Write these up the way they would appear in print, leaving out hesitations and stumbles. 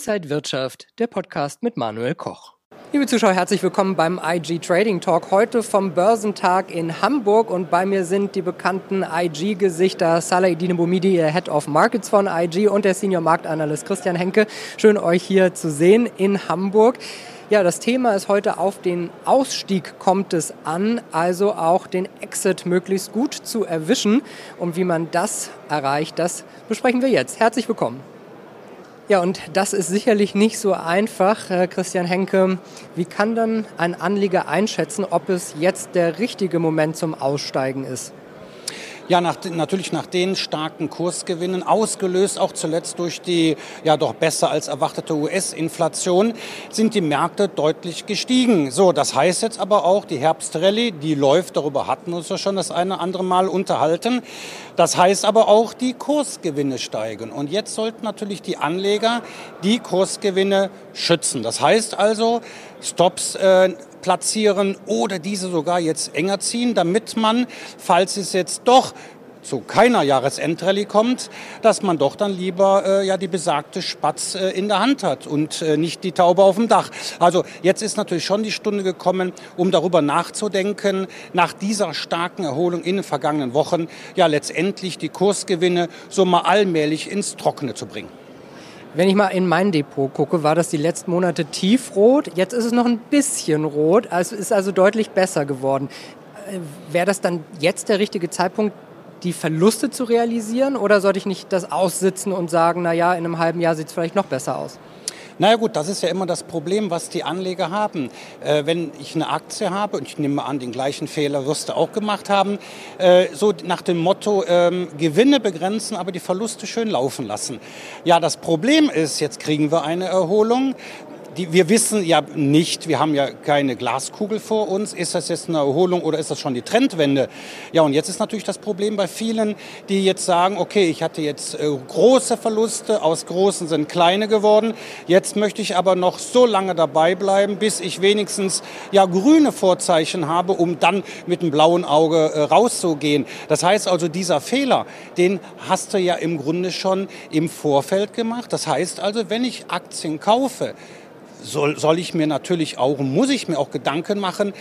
Inside Wirtschaft, der Podcast mit Manuel Koch. Liebe Zuschauer, herzlich willkommen beim IG Trading Talk. Heute vom Börsentag in Hamburg und bei mir sind die bekannten IG-Gesichter Salah-Eddine Boumidi, der Head of Markets von IG, und der Senior Marktanalyst Christian Henke. Schön, euch hier zu sehen in Hamburg. Ja, das Thema ist heute: auf den Ausstieg kommt es an, also auch den Exit möglichst gut zu erwischen. Und wie man das erreicht, das besprechen wir jetzt. Herzlich willkommen. Ja, und das ist sicherlich nicht so einfach. Christian Henke, wie kann dann ein Anleger einschätzen, ob es jetzt der richtige Moment zum Aussteigen ist? Ja, natürlich nach den starken Kursgewinnen, ausgelöst auch zuletzt durch die ja doch besser als erwartete US-Inflation, sind die Märkte deutlich gestiegen. So, das heißt jetzt aber auch, die Herbstrallye, die läuft, darüber hatten wir uns ja schon das eine oder andere Mal unterhalten. Das heißt aber auch, die Kursgewinne steigen. Und jetzt sollten natürlich die Anleger die Kursgewinne schützen. Das heißt also, Stops platzieren oder diese sogar jetzt enger ziehen, damit man, falls es jetzt doch zu keiner Jahresendrallye kommt, dass man doch dann lieber die besagte Spatz in der Hand hat und nicht die Taube auf dem Dach. Also jetzt ist natürlich schon die Stunde gekommen, um darüber nachzudenken, nach dieser starken Erholung in den vergangenen Wochen, ja letztendlich die Kursgewinne so mal allmählich ins Trockene zu bringen. Wenn ich mal in mein Depot gucke, war das die letzten Monate tiefrot. Jetzt ist es noch ein bisschen rot, also ist also deutlich besser geworden. Wäre das dann jetzt der richtige Zeitpunkt, die Verluste zu realisieren? Oder sollte ich nicht das aussitzen und sagen, naja, in einem halben Jahr sieht es vielleicht noch besser aus? Naja gut, das ist ja immer das Problem, was die Anleger haben. Wenn ich eine Aktie habe, und ich nehme an, den gleichen Fehler wirst du auch gemacht haben, so nach dem Motto, Gewinne begrenzen, aber die Verluste schön laufen lassen. Ja, das Problem ist, jetzt kriegen wir eine Erholung. Wir wissen ja nicht, wir haben ja keine Glaskugel vor uns, ist das jetzt eine Erholung oder ist das schon die Trendwende? Ja, und jetzt ist natürlich das Problem bei vielen, die jetzt sagen, okay, ich hatte jetzt große Verluste, aus großen sind kleine geworden, jetzt möchte ich aber noch so lange dabei bleiben, bis ich wenigstens ja grüne Vorzeichen habe, um dann mit einem blauen Auge rauszugehen. Das heißt also, dieser Fehler, den hast du ja im Grunde schon im Vorfeld gemacht. Das heißt also, wenn ich Aktien kaufe, soll ich mir natürlich auch, muss ich mir auch Gedanken machen,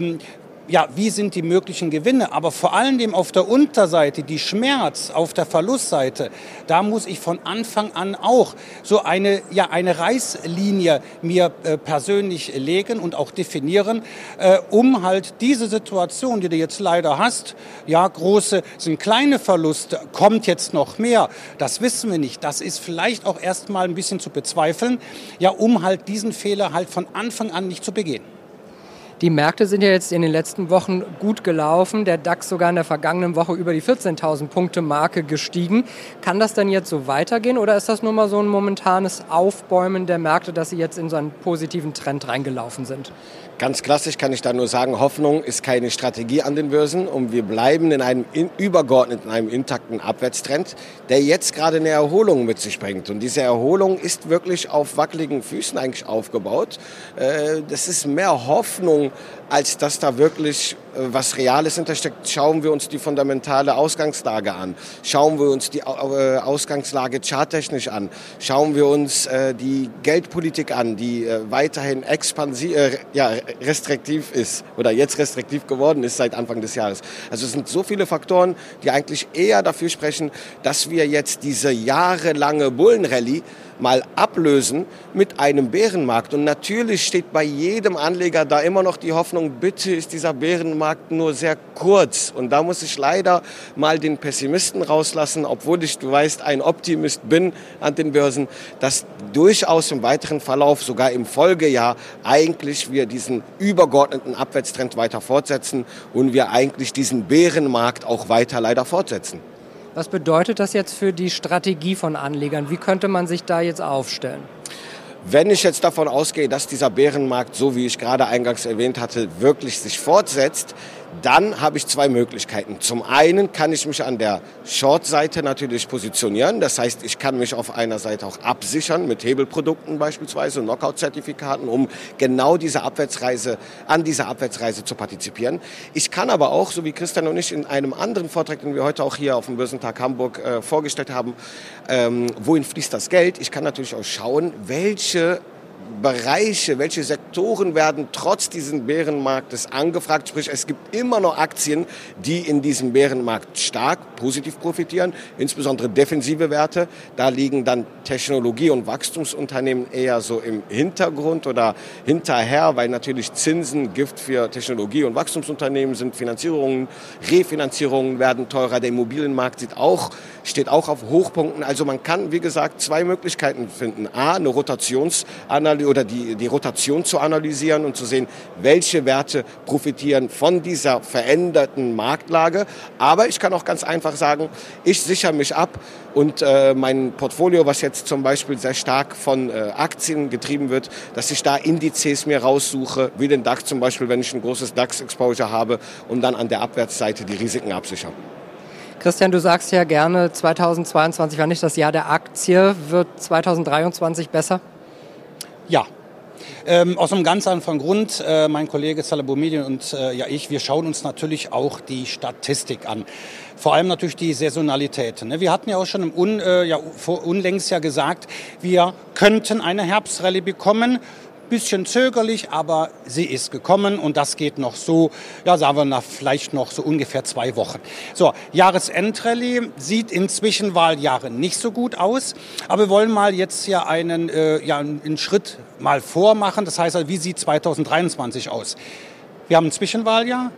wie sind die möglichen Gewinne, aber vor allem auf der Unterseite, die Schmerz auf der Verlustseite, da muss ich von Anfang an auch so eine Reißlinie mir persönlich legen und auch definieren, um halt diese Situation, die du jetzt leider hast, ja, große sind kleine Verluste, kommt jetzt noch mehr, das wissen wir nicht, das ist vielleicht auch erstmal ein bisschen zu bezweifeln, ja, um halt diesen Fehler halt von Anfang an nicht zu begehen. Die Märkte sind ja jetzt in den letzten Wochen gut gelaufen. Der DAX sogar in der vergangenen Woche über die 14.000 Punkte Marke gestiegen. Kann das denn jetzt so weitergehen oder ist das nur mal so ein momentanes Aufbäumen der Märkte, dass sie jetzt in so einen positiven Trend reingelaufen sind? Ganz klassisch kann ich da nur sagen, Hoffnung ist keine Strategie an den Börsen und wir bleiben in einem übergeordneten, einem intakten Abwärtstrend, der jetzt gerade eine Erholung mit sich bringt. Und diese Erholung ist wirklich auf wackeligen Füßen eigentlich aufgebaut. Das ist mehr Hoffnung, als dass da wirklich was Reales hintersteckt. Schauen wir uns die fundamentale Ausgangslage an. Schauen wir uns die Ausgangslage charttechnisch an. Schauen wir uns die Geldpolitik an, die weiterhin restriktiv ist oder jetzt restriktiv geworden ist seit Anfang des Jahres. Also es sind so viele Faktoren, die eigentlich eher dafür sprechen, dass wir jetzt diese jahrelange Bullenrallye mal ablösen mit einem Bärenmarkt. Und natürlich steht bei jedem Anleger da immer noch die Hoffnung, bitte ist dieser Bärenmarkt nur sehr kurz. Und da muss ich leider mal den Pessimisten rauslassen, obwohl ich, du weißt, ein Optimist bin an den Börsen, dass durchaus im weiteren Verlauf, sogar im Folgejahr, eigentlich wir diesen übergeordneten Abwärtstrend weiter fortsetzen und wir eigentlich diesen Bärenmarkt auch weiter leider fortsetzen. Was bedeutet das jetzt für die Strategie von Anlegern? Wie könnte man sich da jetzt aufstellen? Wenn ich jetzt davon ausgehe, dass dieser Bärenmarkt, so wie ich gerade eingangs erwähnt hatte, wirklich sich fortsetzt, dann habe ich zwei Möglichkeiten. Zum einen kann ich mich an der Short-Seite natürlich positionieren. Das heißt, ich kann mich auf einer Seite auch absichern mit Hebelprodukten beispielsweise, Knockout-Zertifikaten, um genau an dieser Abwärtsreise zu partizipieren. Ich kann aber auch, so wie Christian und ich in einem anderen Vortrag, den wir heute auch hier auf dem Börsentag Hamburg vorgestellt haben, wohin fließt das Geld? Ich kann natürlich auch schauen, welche Bereiche, welche Sektoren werden trotz dieses Bärenmarktes angefragt. Sprich, es gibt immer noch Aktien, die in diesem Bärenmarkt stark positiv profitieren, insbesondere defensive Werte. Da liegen dann Technologie- und Wachstumsunternehmen eher so im Hintergrund oder hinterher, weil natürlich Zinsen Gift für Technologie- und Wachstumsunternehmen sind. Finanzierungen, Refinanzierungen werden teurer. Der Immobilienmarkt steht auch auf Hochpunkten. Also man kann, wie gesagt, zwei Möglichkeiten finden. A, eine Rotationsanalyse oder die Rotation zu analysieren und zu sehen, welche Werte profitieren von dieser veränderten Marktlage. Aber ich kann auch ganz einfach sagen, ich sichere mich ab und mein Portfolio, was jetzt zum Beispiel sehr stark von Aktien getrieben wird, dass ich da Indizes mir raussuche, wie den DAX zum Beispiel, wenn ich ein großes DAX-Exposure habe und dann an der Abwärtsseite die Risiken absichere. Christian, du sagst ja gerne, 2022 war nicht das Jahr der Aktie. Wird 2023 besser? Ja. Aus einem ganz einfachen Grund, mein Kollege Salah Boumediene und wir schauen uns natürlich auch die Statistik an. Vor allem natürlich die Saisonalität. Ne? Wir hatten ja auch schon unlängst gesagt, wir könnten eine Herbstrallye bekommen. Bisschen zögerlich, aber sie ist gekommen und das geht noch so, sagen wir vielleicht noch so ungefähr 2 Wochen. So, Jahresendrallye sieht in Zwischenwahljahren nicht so gut aus, aber wir wollen mal jetzt hier einen Schritt mal vormachen. Das heißt, wie sieht 2023 aus? Wir haben ein Zwischenwahljahr.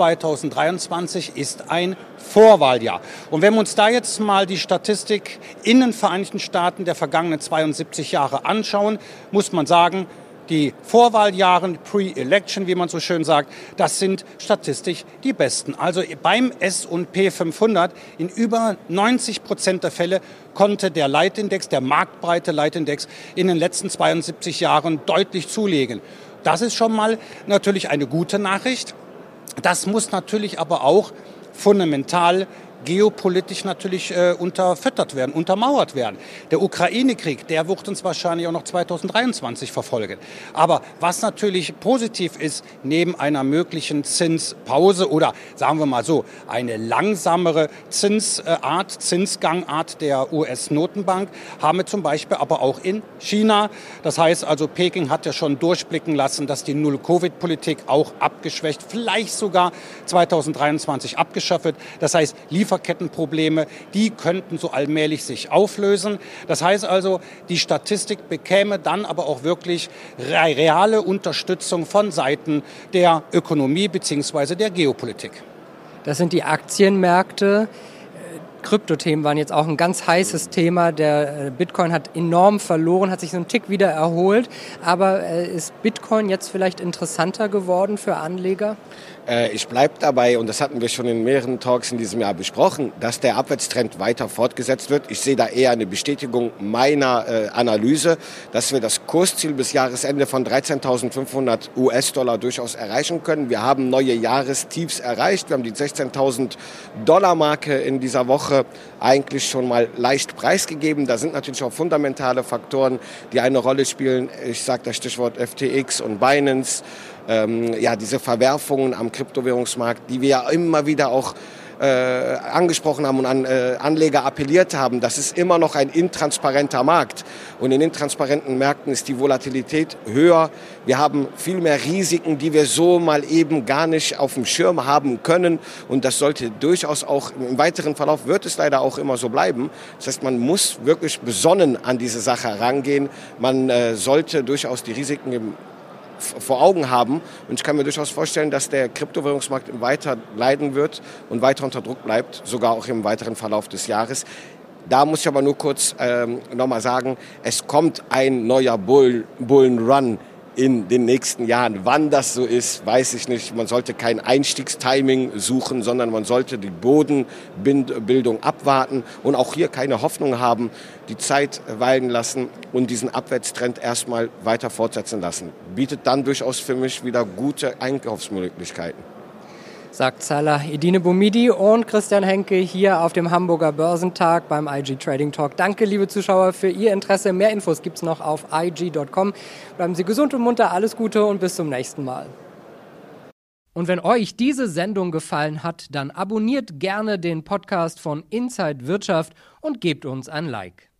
2023 ist ein Vorwahljahr. Und wenn wir uns da jetzt mal die Statistik in den Vereinigten Staaten der vergangenen 72 Jahre anschauen, muss man sagen, die Vorwahljahren, Pre-Election, wie man so schön sagt, das sind statistisch die besten. Also beim S&P 500 in über 90% der Fälle konnte der Leitindex, der marktbreite Leitindex, in den letzten 72 Jahren deutlich zulegen. Das ist schon mal natürlich eine gute Nachricht. Das muss natürlich aber auch fundamental geopolitisch natürlich unterfüttert werden, untermauert werden. Der Ukraine-Krieg, der wird uns wahrscheinlich auch noch 2023 verfolgen. Aber was natürlich positiv ist, neben einer möglichen Zinspause oder sagen wir mal so, eine langsamere Zinsgangart der US-Notenbank, haben wir zum Beispiel aber auch in China. Das heißt also, Peking hat ja schon durchblicken lassen, dass die Null-Covid-Politik auch abgeschwächt, vielleicht sogar 2023 abgeschafft wird. Das heißt, Lieferkettenprobleme, die könnten so allmählich sich auflösen. Das heißt also, die Statistik bekäme dann aber auch wirklich reale Unterstützung von Seiten der Ökonomie bzw. der Geopolitik. Das sind die Aktienmärkte. Kryptothemen waren jetzt auch ein ganz heißes Thema. Der Bitcoin hat enorm verloren, hat sich so einen Tick wieder erholt. Aber ist Bitcoin jetzt vielleicht interessanter geworden für Anleger? Ich bleibe dabei, und das hatten wir schon in mehreren Talks in diesem Jahr besprochen, dass der Abwärtstrend weiter fortgesetzt wird. Ich sehe da eher eine Bestätigung meiner Analyse, dass wir das Kursziel bis Jahresende von 13.500 US-Dollar durchaus erreichen können. Wir haben neue Jahrestiefs erreicht. Wir haben die 16.000 Dollar-Marke in dieser Woche eigentlich schon mal leicht preisgegeben. Da sind natürlich auch fundamentale Faktoren, die eine Rolle spielen. Ich sage das Stichwort FTX und Binance. Diese Verwerfungen am Kryptowährungsmarkt, die wir ja immer wieder auch angesprochen haben und an Anleger appelliert haben, das ist immer noch ein intransparenter Markt. Und in intransparenten Märkten ist die Volatilität höher. Wir haben viel mehr Risiken, die wir so mal eben gar nicht auf dem Schirm haben können. Und das sollte durchaus auch im weiteren Verlauf, wird es leider auch immer so bleiben. Das heißt, man muss wirklich besonnen an diese Sache herangehen. Man sollte durchaus die Risiken vor Augen haben. Und ich kann mir durchaus vorstellen, dass der Kryptowährungsmarkt weiter leiden wird und weiter unter Druck bleibt, sogar auch im weiteren Verlauf des Jahres. Da muss ich aber nur kurz nochmal sagen, es kommt ein neuer Bullenrun in den nächsten Jahren. Wann das so ist, weiß ich nicht. Man sollte kein Einstiegstiming suchen, sondern man sollte die Bodenbildung abwarten und auch hier keine Hoffnung haben, die Zeit walten lassen und diesen Abwärtstrend erstmal weiter fortsetzen lassen. Bietet dann durchaus für mich wieder gute Einkaufsmöglichkeiten. sagt Salah Eddine-Boumidi und Christian Henke hier auf dem Hamburger Börsentag beim IG Trading Talk. Danke, liebe Zuschauer, für Ihr Interesse. Mehr Infos gibt's noch auf IG.com. Bleiben Sie gesund und munter, alles Gute und bis zum nächsten Mal. Und wenn euch diese Sendung gefallen hat, dann abonniert gerne den Podcast von Inside Wirtschaft und gebt uns ein Like.